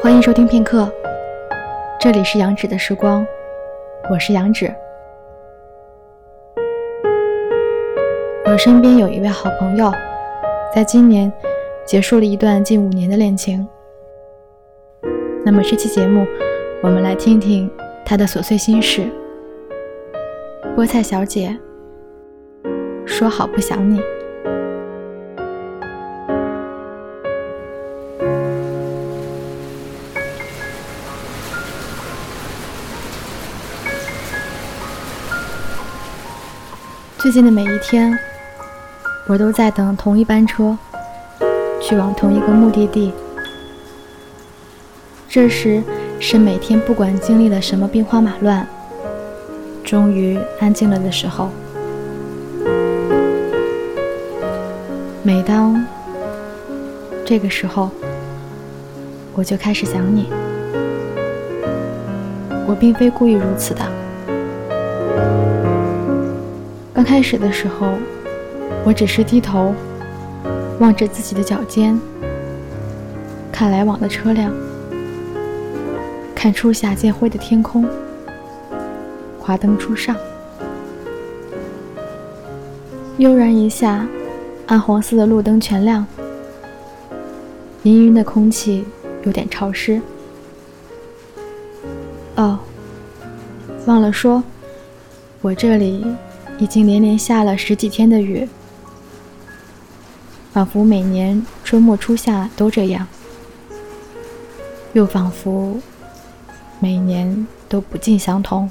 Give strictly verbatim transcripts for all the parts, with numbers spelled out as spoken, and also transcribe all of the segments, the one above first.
欢迎收听片刻，这里是杨芷的时光，我是杨芷。我身边有一位好朋友，在今年结束了一段近五年的恋情。那么这期节目，我们来听听她的琐碎心事。菠菜小姐说好不想你。最近的每一天，我都在等同一班车，去往同一个目的地。这时是每天不管经历了什么兵荒马乱，终于安静了的时候。每当这个时候，我就开始想你。我并非故意如此的。刚开始的时候，我只是低头望着自己的脚尖，看来往的车辆，看初夏渐灰的天空，华灯初上。悠然一下，暗黄色的路灯全亮，氤氲的空气有点潮湿。哦，忘了说，我这里已经连连下了十几天的雨，仿佛每年春末初夏都这样，又仿佛每年都不尽相同。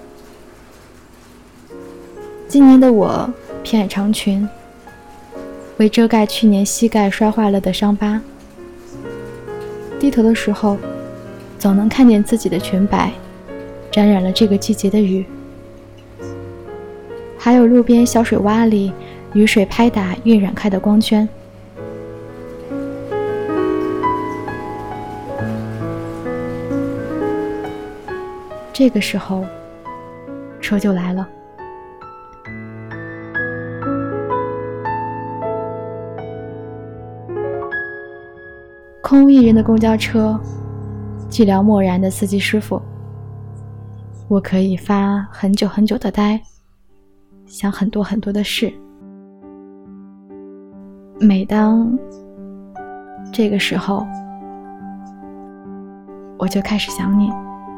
今年的我偏爱长裙，为遮盖去年膝盖摔坏了的伤疤。低头的时候，总能看见自己的裙摆沾染了这个季节的雨。还有路边小水洼里雨水拍打晕染开的光圈。这个时候，车就来了。空无一人的公交车，寂寥漠然的司机师傅。我可以发很久很久的呆，想很多很多的事。每当这个时候，我就开始想你。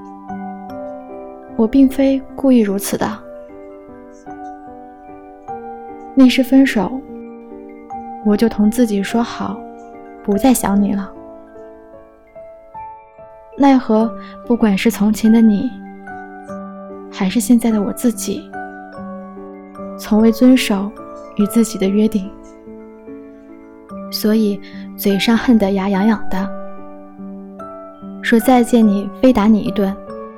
我并非故意如此的。那时分手，我就同自己说好，不再想你了。奈何不管是从前的你，还是现在的我自己，从未遵守与自己的约定，所以嘴上恨得牙痒痒的，说再见你非打你一顿。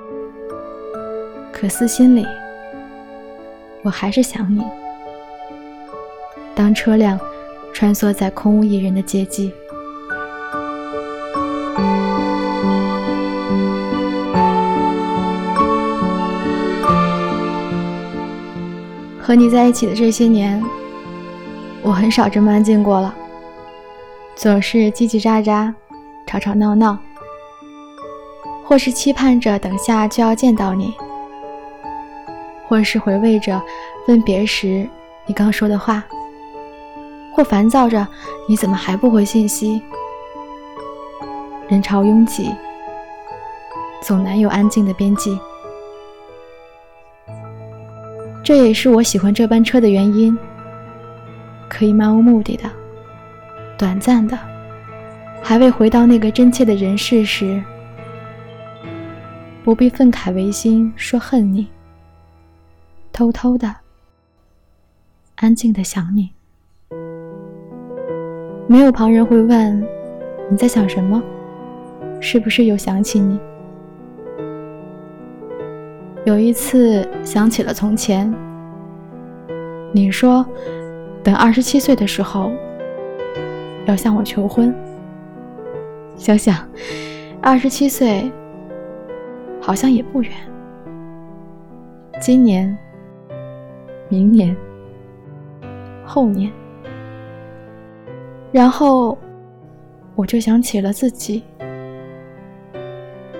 可私心里，我还是想你。当车辆穿梭在空无一人的街际，和你在一起的这些年，我很少这么安静过了，总是叽叽喳喳，吵吵闹闹，或是期盼着等下就要见到你，或是回味着分别时你刚说的话，或烦躁着你怎么还不回信息。人潮拥挤，总难有安静的边际。这也是我喜欢这班车的原因，可以漫无目的的，短暂的，还未回到那个真切的人世时，不必愤慨违心说恨你，偷偷的安静的想你。没有旁人会问你在想什么，是不是又想起你。有一次想起了从前，你说等二十七岁的时候要向我求婚。想想二十七岁好像也不远，今年、明年、后年，然后我就想起了自己，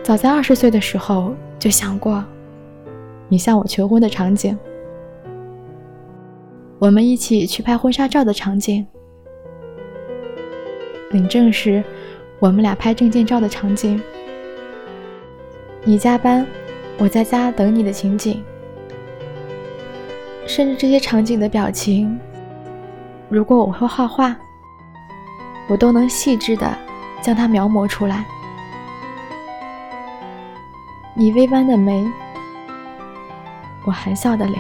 早在二十岁的时候就想过你向我求婚的场景，我们一起去拍婚纱照的场景，领证时我们俩拍证件照的场景，你加班我在家等你的情景，甚至这些场景的表情，如果我会画画，我都能细致地将它描摹出来。你微弯的眉，我含笑的脸，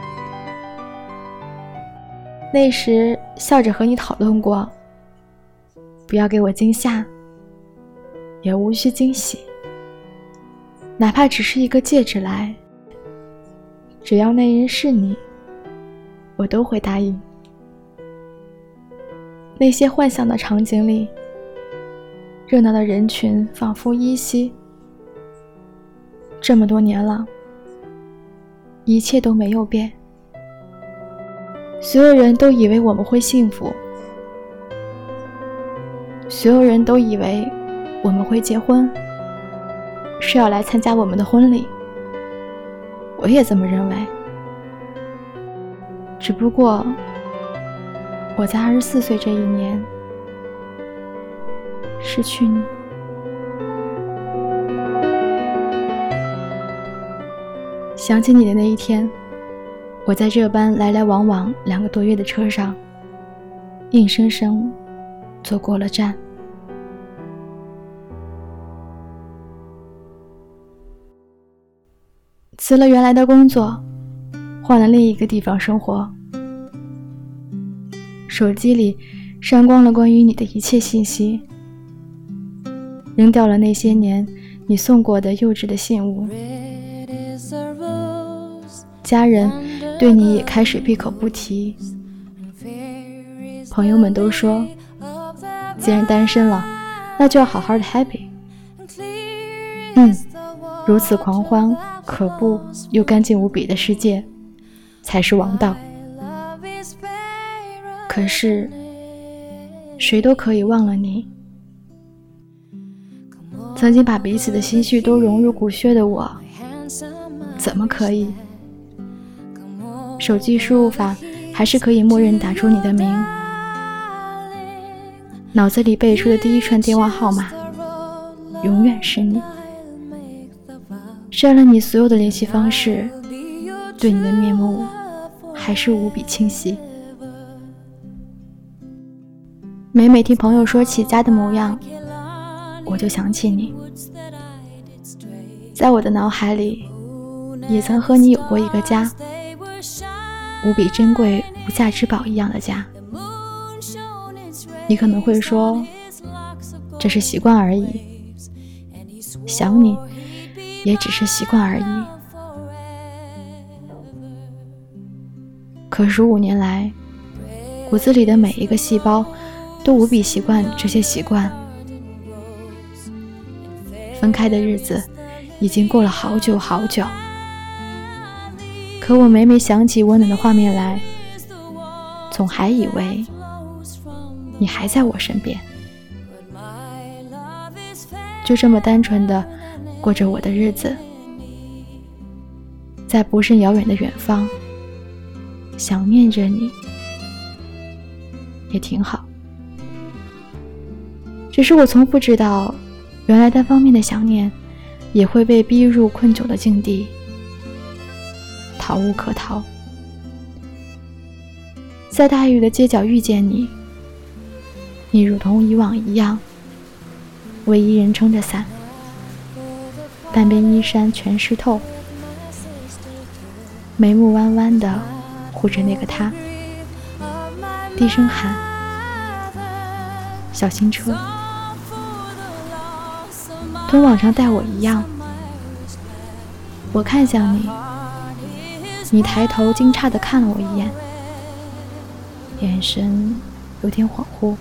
那时笑着和你讨论过，不要给我惊吓，也无需惊喜，哪怕只是一个戒指来，只要那人是你，我都会答应。那些幻想的场景里，热闹的人群仿佛依稀。这么多年了，一切都没有变，所有人都以为我们会幸福，所有人都以为我们会结婚，是要来参加我们的婚礼。我也这么认为，只不过我在二十四岁这一年失去你。想起你的那一天，我在这班来来往往两个多月的车上，硬生生坐过了站。辞了原来的工作，换了另一个地方生活，手机里删光了关于你的一切信息，扔掉了那些年你送过的幼稚的信物，家人对你也开始闭口不提，朋友们都说既然单身了，那就要好好的 happy。 嗯，如此狂欢可怖又干净无比的世界才是王道。可是谁都可以忘了你，曾经把彼此的心绪都融入骨血的我，怎么可以？手机输入法还是可以默认打出你的名，脑子里背出的第一串电话号码永远是你，删了你所有的联系方式，对你的面目还是无比清晰。每每听朋友说起家的模样，我就想起你，在我的脑海里也曾和你有过一个家，无比珍贵无价之宝一样的家。你可能会说这是习惯而已，想你也只是习惯而已。可数五年来，骨子里的每一个细胞都无比习惯这些习惯。分开的日子已经过了好久好久，可我每每想起温暖的画面来，总还以为你还在我身边，就这么单纯的过着我的日子，在不甚遥远的远方想念着你，也挺好。只是我从不知道，原来单方面的想念也会被逼入困窘的境地，逃无可逃。在大雨的街角遇见你，你如同以往一样，为一人撑着伞，半边衣衫全湿透，眉目弯弯的护着那个他，低声喊小心车。跟往常带我一样，我看向你，你抬头惊诧地看了我一眼，眼神有点恍惚，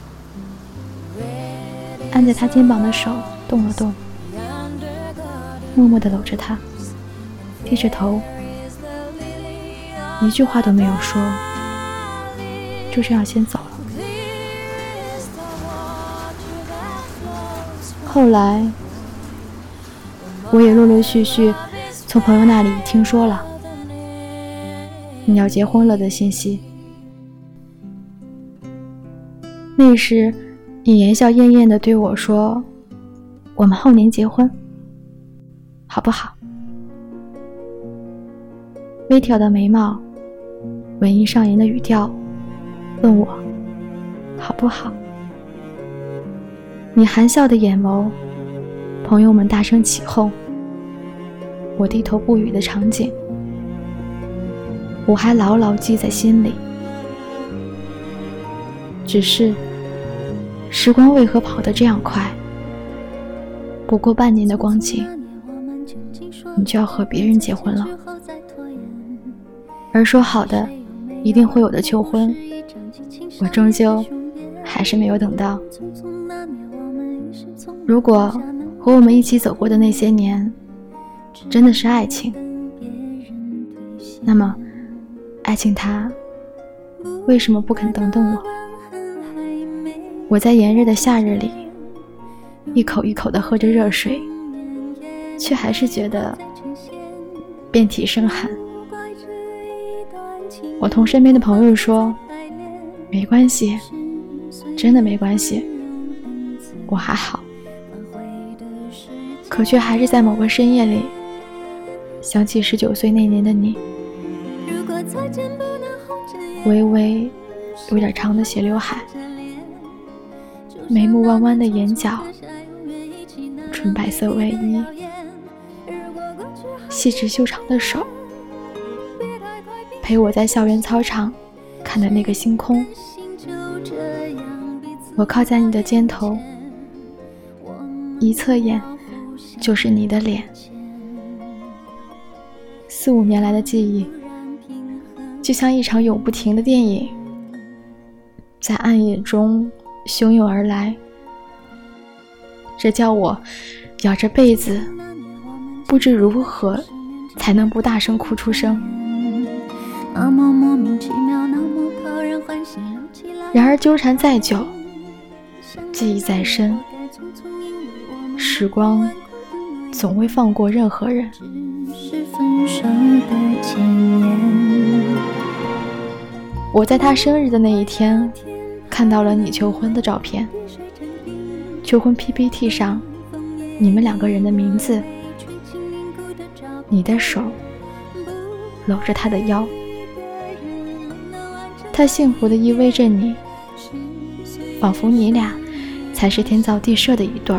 按在他肩膀的手动了动，默默地搂着他，低着头，一句话都没有说，就这样先走了。后来我也陆陆续续从朋友那里听说了你要结婚了的信息。那时你言笑晏晏地对我说，我们后年结婚好不好？微挑的眉毛，文艺上扬的语调，问我好不好？你含笑的眼眸，朋友们大声起哄，我低头不语的场景，我还牢牢记在心里。只是时光为何跑得这样快？不过半年的光景，你就要和别人结婚了。而说好的一定会有的求婚，我终究还是没有等到。如果和我们一起走过的那些年真的是爱情，那么爱情它为什么不肯等等我？我在炎热的夏日里一口一口地喝着热水，却还是觉得遍体生寒。我同身边的朋友说，没关系，真的没关系，我还好。可却还是在某个深夜里想起十九岁那年的你，微微有点长的斜刘海，眉目弯弯的眼角，纯白色卫衣，细致修长的手，陪我在校园操场看的那个星空。我靠在你的肩头，一侧眼就是你的脸。四五年来的记忆，就像一场永不停的电影，在暗夜中汹涌而来。这叫我咬着被子，不知如何才能不大声哭出声。然而纠缠再久，记忆再深，时光总未放过任何人。我在他生日的那一天看到了你求婚的照片，求婚 P P T 上你们两个人的名字，你的手搂着他的腰，他幸福地依偎着你，仿佛你俩才是天造地设的一对儿，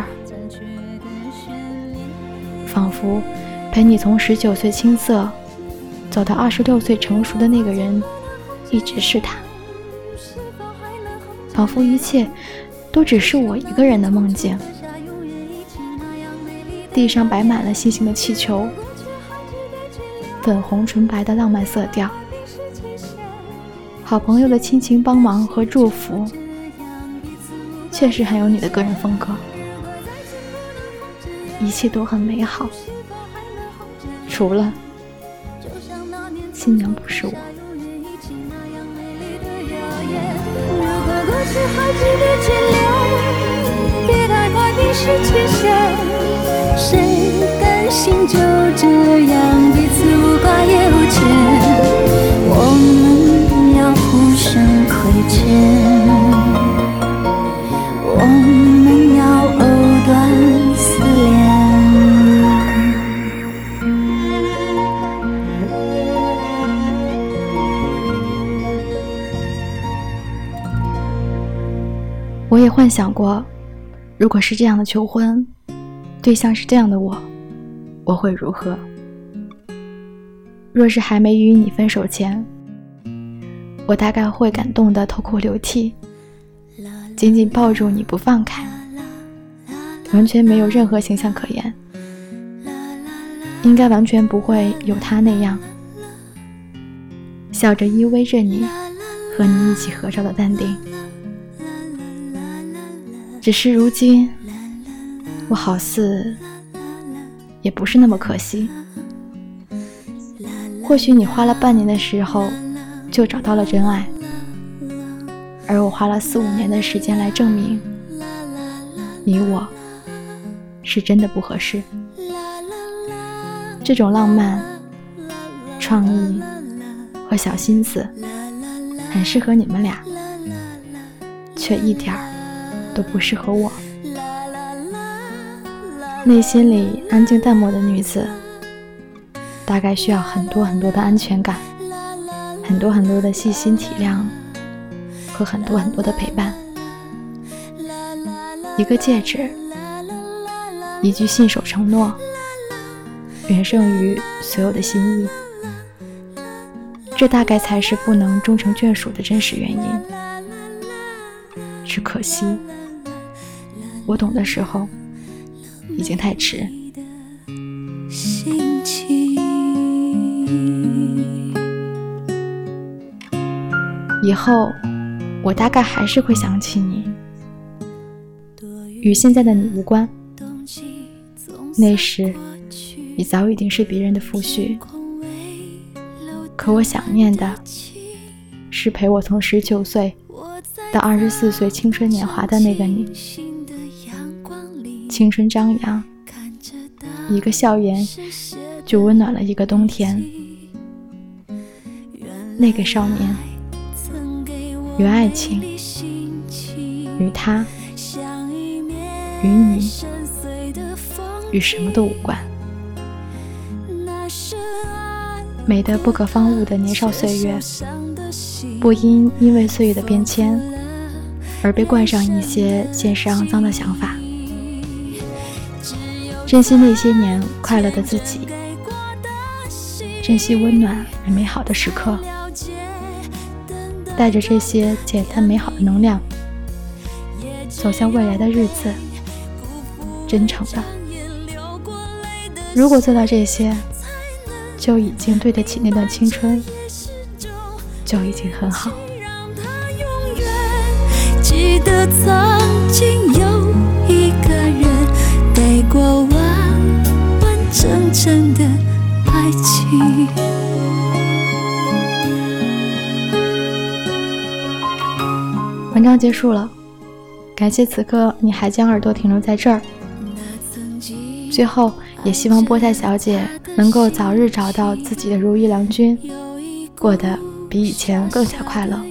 仿佛陪你从十九岁青涩走到二十六岁成熟的那个人一直是他，仿佛一切都只是我一个人的梦境。地上摆满了星星的气球，粉红纯白的浪漫色调，好朋友的亲情帮忙和祝福，确实很有你的个人风格，一切都很美好，除了新娘不是我。还值得停留，别太快冰释前嫌，谁甘心就这样彼此无挂也无牵，我们要互相亏欠，我们要藕断丝连。我也幻想过，如果是这样的求婚，对象是这样的我，我会如何？若是还没与你分手前，我大概会感动得头哭流涕，紧紧抱住你不放开，完全没有任何形象可言，应该完全不会有他那样笑着依偎着你，和你一起合照的淡定。只是如今我好似也不是那么可惜，或许你花了半年的时候就找到了真爱，而我花了四五年的时间来证明你我是真的不合适。 这种浪漫、创意和小心思很适合你们俩，却一点儿都不适合我。内心里安静淡漠的女子，大概需要很多很多的安全感，很多很多的细心体谅，和很多很多的陪伴。一个戒指，一句信守承诺，远胜于所有的心意。这大概才是不能终成眷属的真实原因。只可惜，我懂的时候已经太迟。以后我大概还是会想起你，与现在的你无关。那时你早已经是别人的夫婿，可我想念的是陪我从十九岁到二十四岁青春年华的那个你。青春张扬，一个笑颜就温暖了一个冬天。那个少年与爱情，与他，与你，与什么都无关。美得不可方物的年少岁月，不因因为岁月的变迁而被冠上一些现实肮脏的想法。珍惜那些年快乐的自己，珍惜温暖而美好的时刻，带着这些简单美好的能量，走向未来的日子，真诚的。如果做到这些，就已经对得起那段青春，就已经很好。 记得曾经有一个人给过完完整整的爱情。 文章结束了，感谢此刻你还将耳朵停留在这儿。最后也希望菠菜小姐能够早日找到自己的如意郎君，过得比以前更加快乐。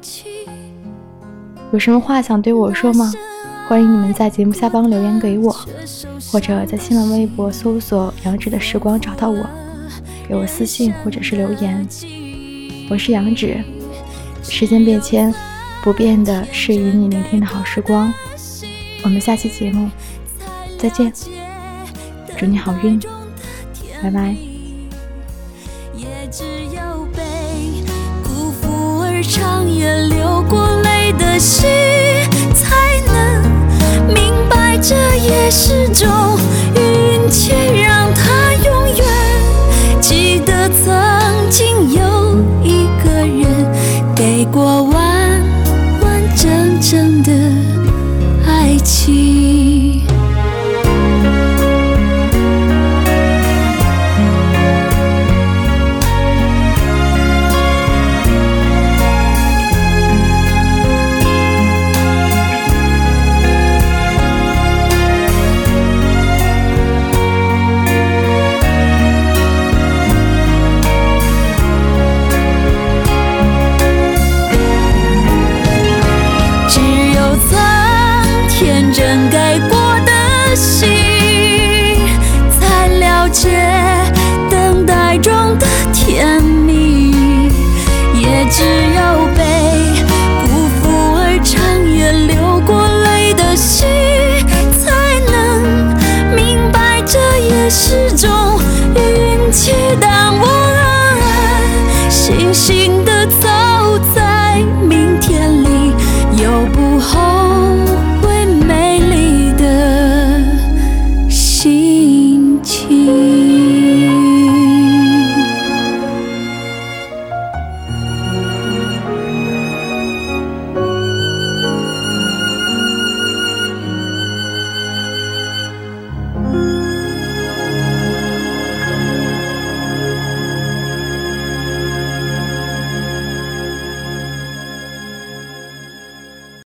有什么话想对我说吗？欢迎你们在节目下方留言给我，或者在新浪微博搜索杨芷的时光找到我，给我私信或者是留言。我是杨芷，时间变迁，不变的是与你聆听的好时光。我们下期节目再见，祝你好运，拜拜。 也只有被辜负而长夜流过泪的心，才能明白这也是种运气，让它永远记得曾经有一个人给过完完整整的爱情。真该过的心